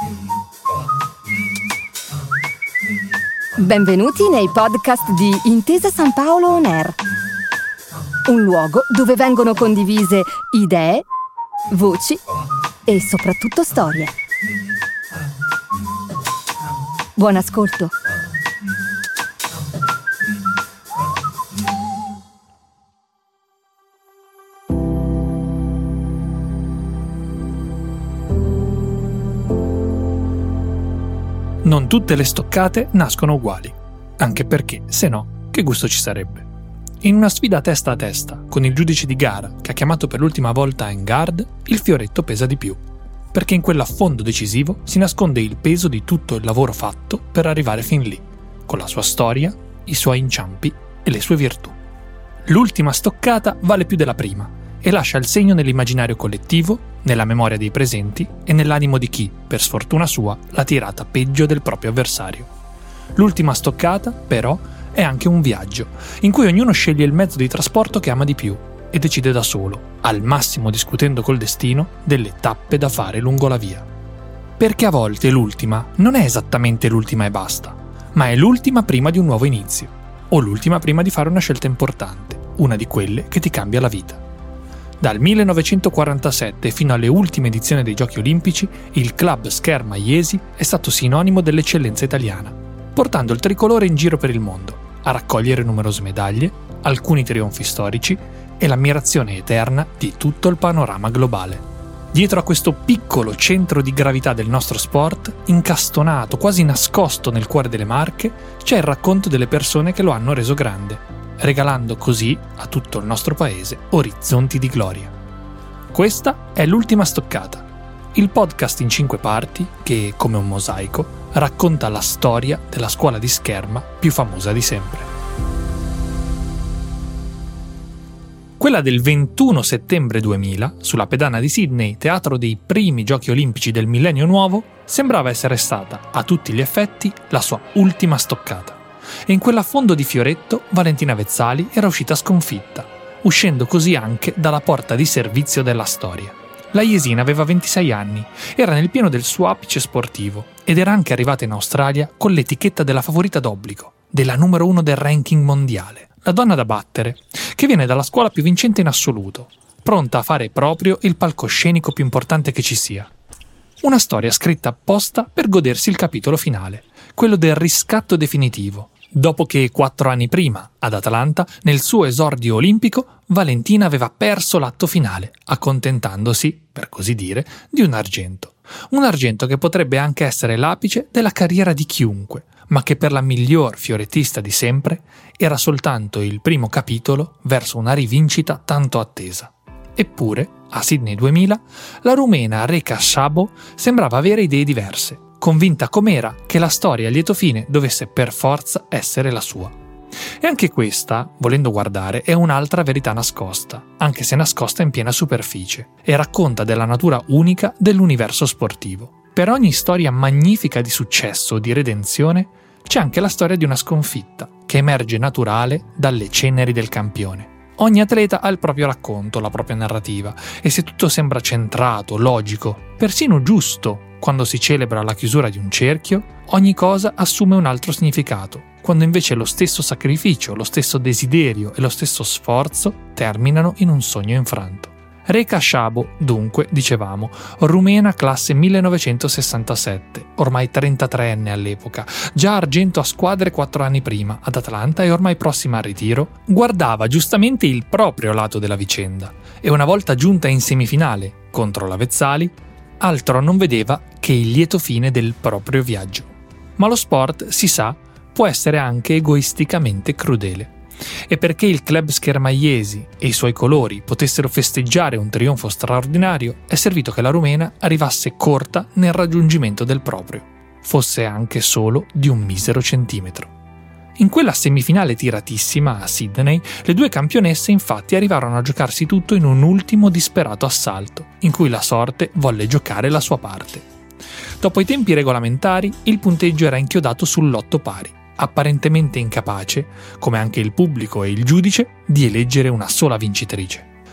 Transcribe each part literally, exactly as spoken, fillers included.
Benvenuti nei podcast di Intesa San Paolo On Air, un luogo dove vengono condivise idee, voci e soprattutto storie. Buon ascolto. Non tutte le stoccate nascono uguali, anche perché, se no, che gusto ci sarebbe? In una sfida testa a testa, con il giudice di gara che ha chiamato per l'ultima volta en garde, il fioretto pesa di più, perché in quell'affondo decisivo si nasconde il peso di tutto il lavoro fatto per arrivare fin lì, con la sua storia, i suoi inciampi e le sue virtù. L'ultima stoccata vale più della prima e lascia il segno nell'immaginario collettivo, nella memoria dei presenti e nell'animo di chi, per sfortuna sua, l'ha tirata peggio del proprio avversario. L'ultima stoccata, però, è anche un viaggio, in cui ognuno sceglie il mezzo di trasporto che ama di più e decide da solo, al massimo discutendo col destino, delle tappe da fare lungo la via. Perché a volte l'ultima non è esattamente l'ultima e basta, ma è l'ultima prima di un nuovo inizio, o l'ultima prima di fare una scelta importante, una di quelle che ti cambia la vita. Dal millenovecentoquarantasette fino alle ultime edizioni dei Giochi Olimpici, il club Scherma Jesi è stato sinonimo dell'eccellenza italiana, portando il tricolore in giro per il mondo, a raccogliere numerose medaglie, alcuni trionfi storici e l'ammirazione eterna di tutto il panorama globale. Dietro a questo piccolo centro di gravità del nostro sport, incastonato, quasi nascosto nel cuore delle Marche, c'è il racconto delle persone che lo hanno reso grande, regalando così a tutto il nostro paese orizzonti di gloria. Questa è l'ultima stoccata, il podcast in cinque parti che, come un mosaico, racconta la storia della scuola di Scherma più famosa di sempre. Quella del ventuno settembre duemila, sulla pedana di Sydney, teatro dei primi Giochi Olimpici del millennio nuovo, sembrava essere stata, a tutti gli effetti, la sua ultima stoccata. E in quell'affondo di fioretto Valentina Vezzali era uscita sconfitta, uscendo così anche dalla porta di servizio della storia. La Jesina aveva ventisei anni, era nel pieno del suo apice sportivo ed era anche arrivata in Australia con l'etichetta della favorita d'obbligo, della numero uno del ranking mondiale, la donna da battere, che viene dalla scuola più vincente in assoluto, pronta a fare proprio il palcoscenico più importante che ci sia. Una storia scritta apposta per godersi il capitolo finale, quello del riscatto definitivo, dopo che quattro anni prima, ad Atlanta, nel suo esordio olimpico, Valentina aveva perso l'atto finale, accontentandosi, per così dire, di un argento. Un argento che potrebbe anche essere l'apice della carriera di chiunque, ma che per la miglior fiorettista di sempre era soltanto il primo capitolo verso una rivincita tanto attesa. Eppure, a Sydney duemila, la rumena Reka Szabo sembrava avere idee diverse, convinta com'era che la storia a lieto fine dovesse per forza essere la sua. E anche questa, volendo guardare, è un'altra verità nascosta, anche se nascosta in piena superficie, e racconta della natura unica dell'universo sportivo. Per ogni storia magnifica di successo o di redenzione, c'è anche la storia di una sconfitta, che emerge naturale dalle ceneri del campione. Ogni atleta ha il proprio racconto, la propria narrativa, e se tutto sembra centrato, logico, persino giusto, quando si celebra la chiusura di un cerchio, ogni cosa assume un altro significato, quando invece lo stesso sacrificio, lo stesso desiderio e lo stesso sforzo terminano in un sogno infranto. Reka Szabo, dunque, dicevamo, rumena classe millenovecentosessantasette, ormai trentatreenne all'epoca, già argento a squadre quattro anni prima, ad Atlanta e ormai prossima al ritiro, guardava giustamente il proprio lato della vicenda e una volta giunta in semifinale contro la Vezzali, altro non vedeva che il lieto fine del proprio viaggio. Ma lo sport, si sa, può essere anche egoisticamente crudele. E perché il club Scherma Jesi e i suoi colori potessero festeggiare un trionfo straordinario, è servito che la rumena arrivasse corta nel raggiungimento del proprio, fosse anche solo di un misero centimetro. In quella semifinale tiratissima a Sydney, le due campionesse infatti arrivarono a giocarsi tutto in un ultimo disperato assalto, in cui la sorte volle giocare la sua parte. Dopo i tempi regolamentari, il punteggio era inchiodato sul lotto pari, apparentemente incapace, come anche il pubblico e il giudice, di eleggere una sola vincitrice.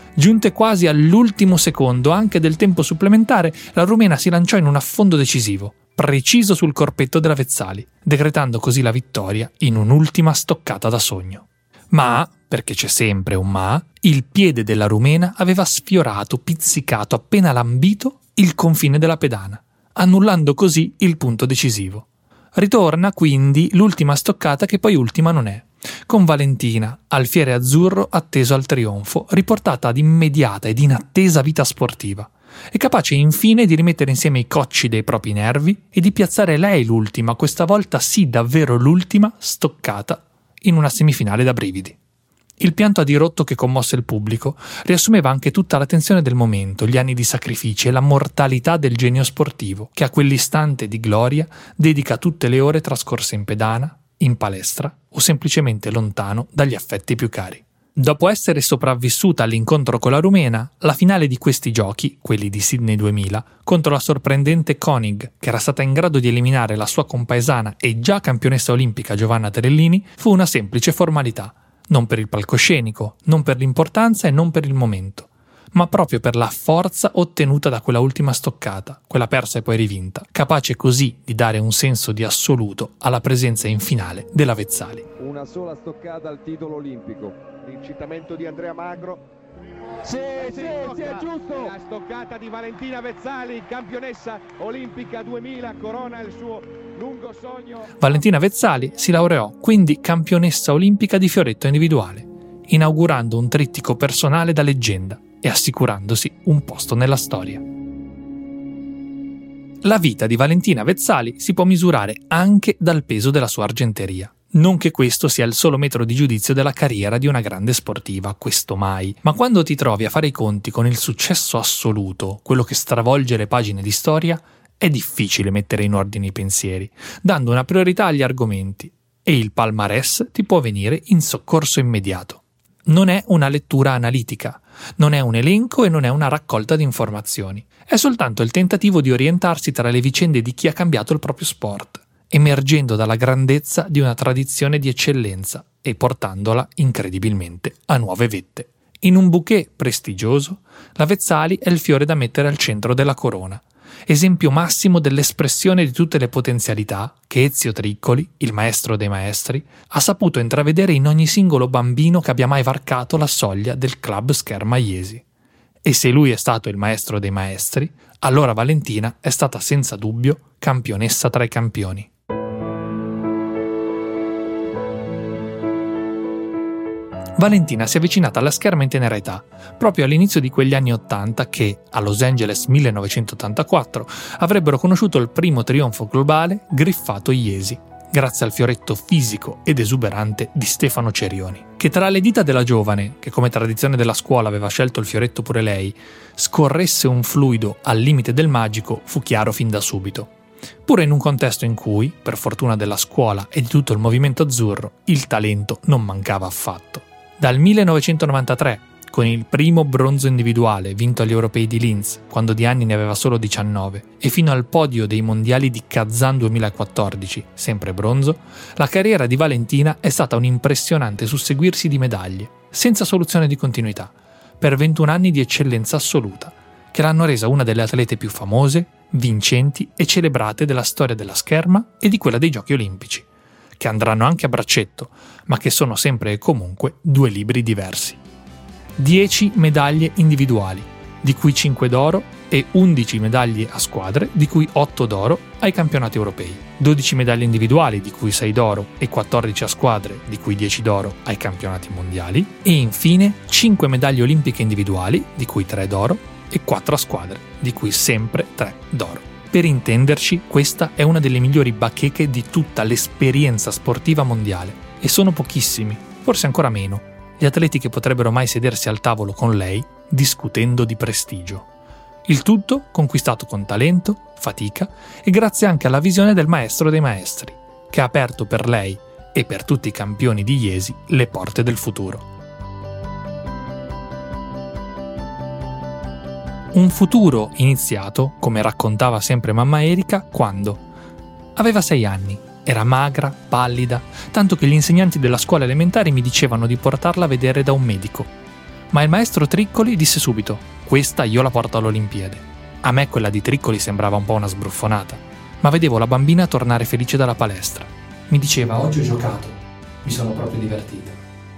Giunte quasi all'ultimo secondo anche del tempo supplementare, la rumena si lanciò in un affondo decisivo, preciso sul corpetto della Vezzali, decretando così la vittoria in un'ultima stoccata da sogno. Ma, perché c'è sempre un ma, il piede della rumena aveva sfiorato, pizzicato, appena lambito il confine della pedana, annullando così il punto decisivo. Ritorna quindi l'ultima stoccata che poi ultima non è, con Valentina, alfiere azzurro atteso al trionfo, riportata ad immediata ed inattesa vita sportiva, e capace infine di rimettere insieme i cocci dei propri nervi e di piazzare lei l'ultima, questa volta sì davvero l'ultima, stoccata in una semifinale da brividi. Il pianto a dirotto che commosse il pubblico riassumeva anche tutta la tensione del momento, gli anni di sacrifici e la mortalità del genio sportivo che a quell'istante di gloria dedica tutte le ore trascorse in pedana, in palestra o semplicemente lontano dagli affetti più cari. Dopo essere sopravvissuta all'incontro con la rumena, la finale di questi giochi, quelli di Sydney duemila, contro la sorprendente Koenig, che era stata in grado di eliminare la sua compaesana e già campionessa olimpica Giovanna Terellini, fu una semplice formalità. Non per il palcoscenico, non per l'importanza e non per il momento, ma proprio per la forza ottenuta da quella ultima stoccata, quella persa e poi rivinta, capace così di dare un senso di assoluto alla presenza in finale della Vezzali. Una sola stoccata al titolo olimpico, l'incitamento di Andrea Magro. Sì, sì, sì, è giusto! La stoccata di Valentina Vezzali, campionessa olimpica duemila, corona il suo lungo sogno. Valentina Vezzali si laureò quindi campionessa olimpica di fioretto individuale, inaugurando un trittico personale da leggenda e assicurandosi un posto nella storia. La vita di Valentina Vezzali si può misurare anche dal peso della sua argenteria. Non che questo sia il solo metro di giudizio della carriera di una grande sportiva, questo mai, ma quando ti trovi a fare i conti con il successo assoluto, quello che stravolge le pagine di storia, è difficile mettere in ordine i pensieri, dando una priorità agli argomenti, e il palmarès ti può venire in soccorso immediato. Non è una lettura analitica, non è un elenco e non è una raccolta di informazioni, è soltanto il tentativo di orientarsi tra le vicende di chi ha cambiato il proprio sport, emergendo dalla grandezza di una tradizione di eccellenza e portandola incredibilmente a nuove vette. In un bouquet prestigioso, la Vezzali è il fiore da mettere al centro della corona, esempio massimo dell'espressione di tutte le potenzialità che Ezio Triccoli, il maestro dei maestri, ha saputo intravedere in ogni singolo bambino che abbia mai varcato la soglia del club Scherma Iesi. E se lui è stato il maestro dei maestri, allora Valentina è stata senza dubbio campionessa tra i campioni. Valentina si è avvicinata alla scherma in tenera età, proprio all'inizio di quegli anni Ottanta che, a Los Angeles millenovecentottantaquattro, avrebbero conosciuto il primo trionfo globale griffato Iesi, grazie al fioretto fisico ed esuberante di Stefano Cerioni, che tra le dita della giovane, che come tradizione della scuola aveva scelto il fioretto pure lei, scorresse un fluido al limite del magico fu chiaro fin da subito. Pure in un contesto in cui, per fortuna della scuola e di tutto il movimento azzurro, il talento non mancava affatto. Dal millenovecentonovantatré, con il primo bronzo individuale vinto agli europei di Linz, quando di anni ne aveva solo diciannove, e fino al podio dei mondiali di Kazan duemilaquattordici, sempre bronzo, la carriera di Valentina è stata un impressionante susseguirsi di medaglie, senza soluzione di continuità, per ventuno anni di eccellenza assoluta, che l'hanno resa una delle atlete più famose, vincenti e celebrate della storia della scherma e di quella dei Giochi Olimpici, che andranno anche a braccetto, ma che sono sempre e comunque due libri diversi. dieci medaglie individuali, di cui cinque d'oro, e undici medaglie a squadre, di cui otto d'oro ai campionati europei, dodici medaglie individuali, di cui sei d'oro, e quattordici a squadre, di cui dieci d'oro ai campionati mondiali, e infine cinque medaglie olimpiche individuali, di cui tre d'oro, e quattro a squadre, di cui sempre tre d'oro. Per intenderci, questa è una delle migliori bacheche di tutta l'esperienza sportiva mondiale, e sono pochissimi, forse ancora meno, gli atleti che potrebbero mai sedersi al tavolo con lei discutendo di prestigio. Il tutto conquistato con talento, fatica e grazie anche alla visione del maestro dei maestri, che ha aperto per lei e per tutti i campioni di Iesi le porte del futuro. Un futuro iniziato, come raccontava sempre mamma Erika, quando aveva sei anni, era magra, pallida, tanto che gli insegnanti della scuola elementare mi dicevano di portarla a vedere da un medico. Ma il maestro Triccoli disse subito: questa io la porto all'Olimpiade. A me quella di Triccoli sembrava un po' una sbruffonata, ma vedevo la bambina tornare felice dalla palestra. Mi diceva: oggi ho giocato, mi sono proprio divertita.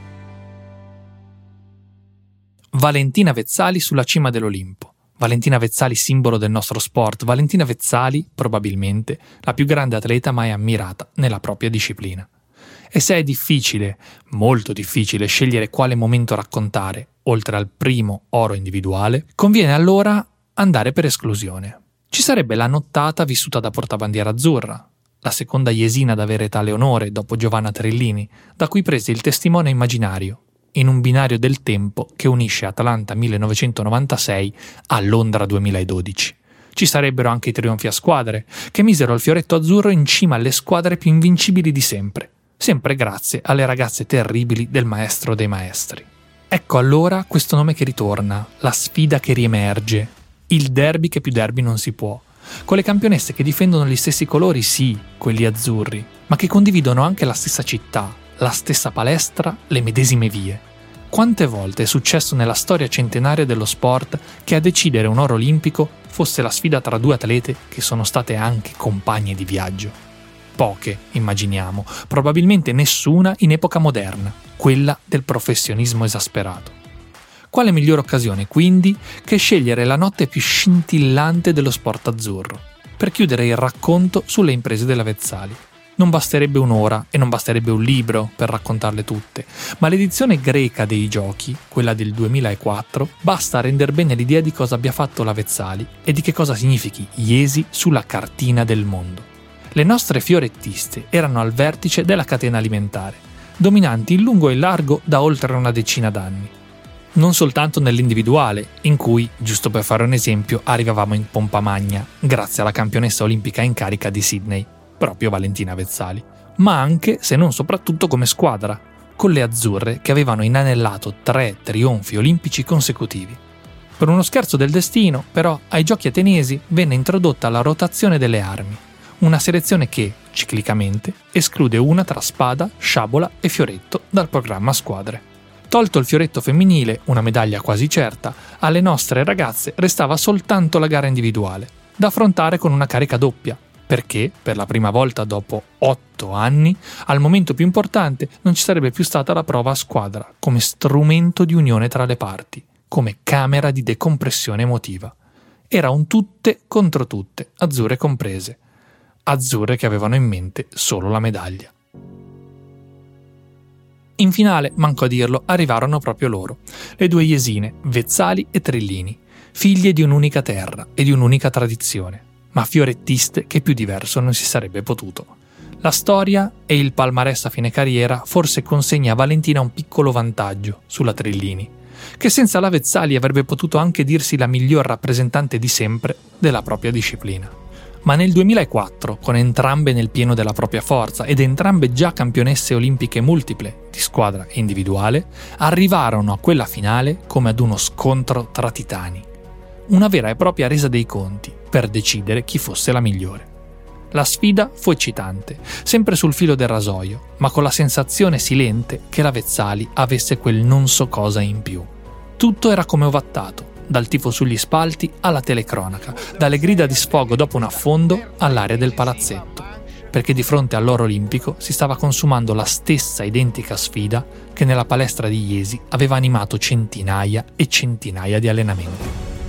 Valentina Vezzali sulla cima dell'Olimpo. Valentina Vezzali simbolo del nostro sport. Valentina Vezzali, probabilmente, la più grande atleta mai ammirata nella propria disciplina. E se è difficile, molto difficile, scegliere quale momento raccontare, oltre al primo oro individuale, conviene allora andare per esclusione. Ci sarebbe la nottata vissuta da portabandiera azzurra, la seconda iesina ad avere tale onore dopo Giovanna Trillini, da cui prese il testimone immaginario, in un binario del tempo che unisce Atlanta millenovecentonovantasei a Londra duemiladodici. Ci sarebbero anche i trionfi a squadre, che misero il fioretto azzurro in cima alle squadre più invincibili di sempre, sempre grazie alle ragazze terribili del maestro dei maestri. Ecco allora questo nome che ritorna, la sfida che riemerge, il derby che più derby non si può, con le campionesse che difendono gli stessi colori, sì, quelli azzurri, ma che condividono anche la stessa città, la stessa palestra, le medesime vie. Quante volte è successo nella storia centenaria dello sport che a decidere un oro olimpico fosse la sfida tra due atlete che sono state anche compagne di viaggio? Poche, immaginiamo, probabilmente nessuna in epoca moderna, quella del professionismo esasperato. Quale migliore occasione, quindi, che scegliere la notte più scintillante dello sport azzurro, per chiudere il racconto sulle imprese della Vezzali. Non basterebbe un'ora e non basterebbe un libro per raccontarle tutte, ma l'edizione greca dei giochi, quella del duemilaquattro, basta a render bene l'idea di cosa abbia fatto la Vezzali e di che cosa significhi Iesi sulla cartina del mondo. Le nostre fiorettiste erano al vertice della catena alimentare, dominanti in lungo e in largo da oltre una decina d'anni. Non soltanto nell'individuale, in cui, giusto per fare un esempio, arrivavamo in pompa magna, grazie alla campionessa olimpica in carica di Sydney, proprio Valentina Vezzali, ma anche, se non soprattutto, come squadra, con le azzurre che avevano inanellato tre trionfi olimpici consecutivi. Per uno scherzo del destino, però, ai giochi ateniesi venne introdotta la rotazione delle armi, una selezione che, ciclicamente, esclude una tra spada, sciabola e fioretto dal programma squadre. Tolto il fioretto femminile, una medaglia quasi certa, alle nostre ragazze restava soltanto la gara individuale, da affrontare con una carica doppia, perché, per la prima volta dopo otto anni, al momento più importante non ci sarebbe più stata la prova a squadra, come strumento di unione tra le parti, come camera di decompressione emotiva. Era un tutte contro tutte, azzurre comprese. Azzurre che avevano in mente solo la medaglia. In finale, manco a dirlo, arrivarono proprio loro, le due iesine, Vezzali e Trillini, figlie di un'unica terra e di un'unica tradizione, ma fiorettiste che più diverso non si sarebbe potuto. La storia e il palmarès a fine carriera forse consegna a Valentina un piccolo vantaggio sulla Trillini, che senza la Vezzali avrebbe potuto anche dirsi la miglior rappresentante di sempre della propria disciplina. Ma nel duemilaquattro, con entrambe nel pieno della propria forza ed entrambe già campionesse olimpiche multiple, di squadra e individuale, arrivarono a quella finale come ad uno scontro tra titani. Una vera e propria resa dei conti per decidere chi fosse la migliore. La sfida fu eccitante, sempre sul filo del rasoio, ma con la sensazione silente che la Vezzali avesse quel non so cosa in più. Tutto era come ovattato, dal tifo sugli spalti alla telecronaca, dalle grida di sfogo dopo un affondo all'area del palazzetto, perché di fronte all'oro olimpico si stava consumando la stessa identica sfida che nella palestra di Iesi aveva animato centinaia e centinaia di allenamenti.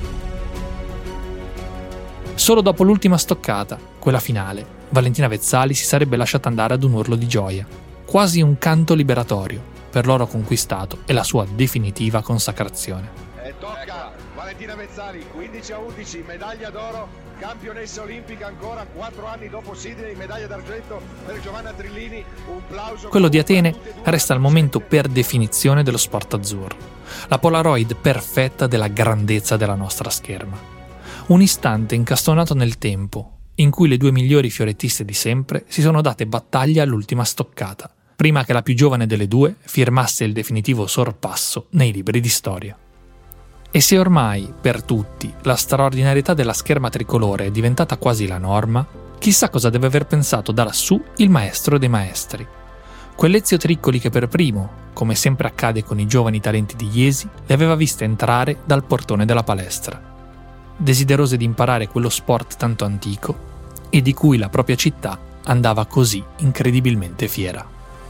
Solo dopo l'ultima stoccata, quella finale, Valentina Vezzali si sarebbe lasciata andare ad un urlo di gioia, quasi un canto liberatorio per l'oro conquistato e la sua definitiva consacrazione. E tocca Valentina Vezzali, quindici a undici, medaglia d'oro, campionessa olimpica ancora quattro anni dopo Sydney, medaglia d'argento per Giovanna Trillini, un plauso. Quello di Atene resta il momento per definizione dello sport azzurro, la Polaroid perfetta della grandezza della nostra scherma. Un istante incastonato nel tempo, in cui le due migliori fiorettiste di sempre si sono date battaglia all'ultima stoccata, prima che la più giovane delle due firmasse il definitivo sorpasso nei libri di storia. E se ormai, per tutti, la straordinarietà della scherma tricolore è diventata quasi la norma, chissà cosa deve aver pensato da lassù il maestro dei maestri. Quell'Ezio Triccoli che per primo, come sempre accade con i giovani talenti di Jesi, le aveva viste entrare dal portone della palestra, desiderose di imparare quello sport tanto antico e di cui la propria città andava così incredibilmente fiera.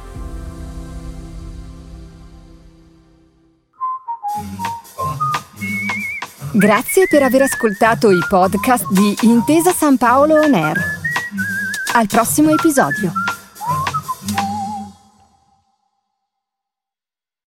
Grazie per aver ascoltato i podcast di Intesa San Paolo On Air. Al prossimo episodio.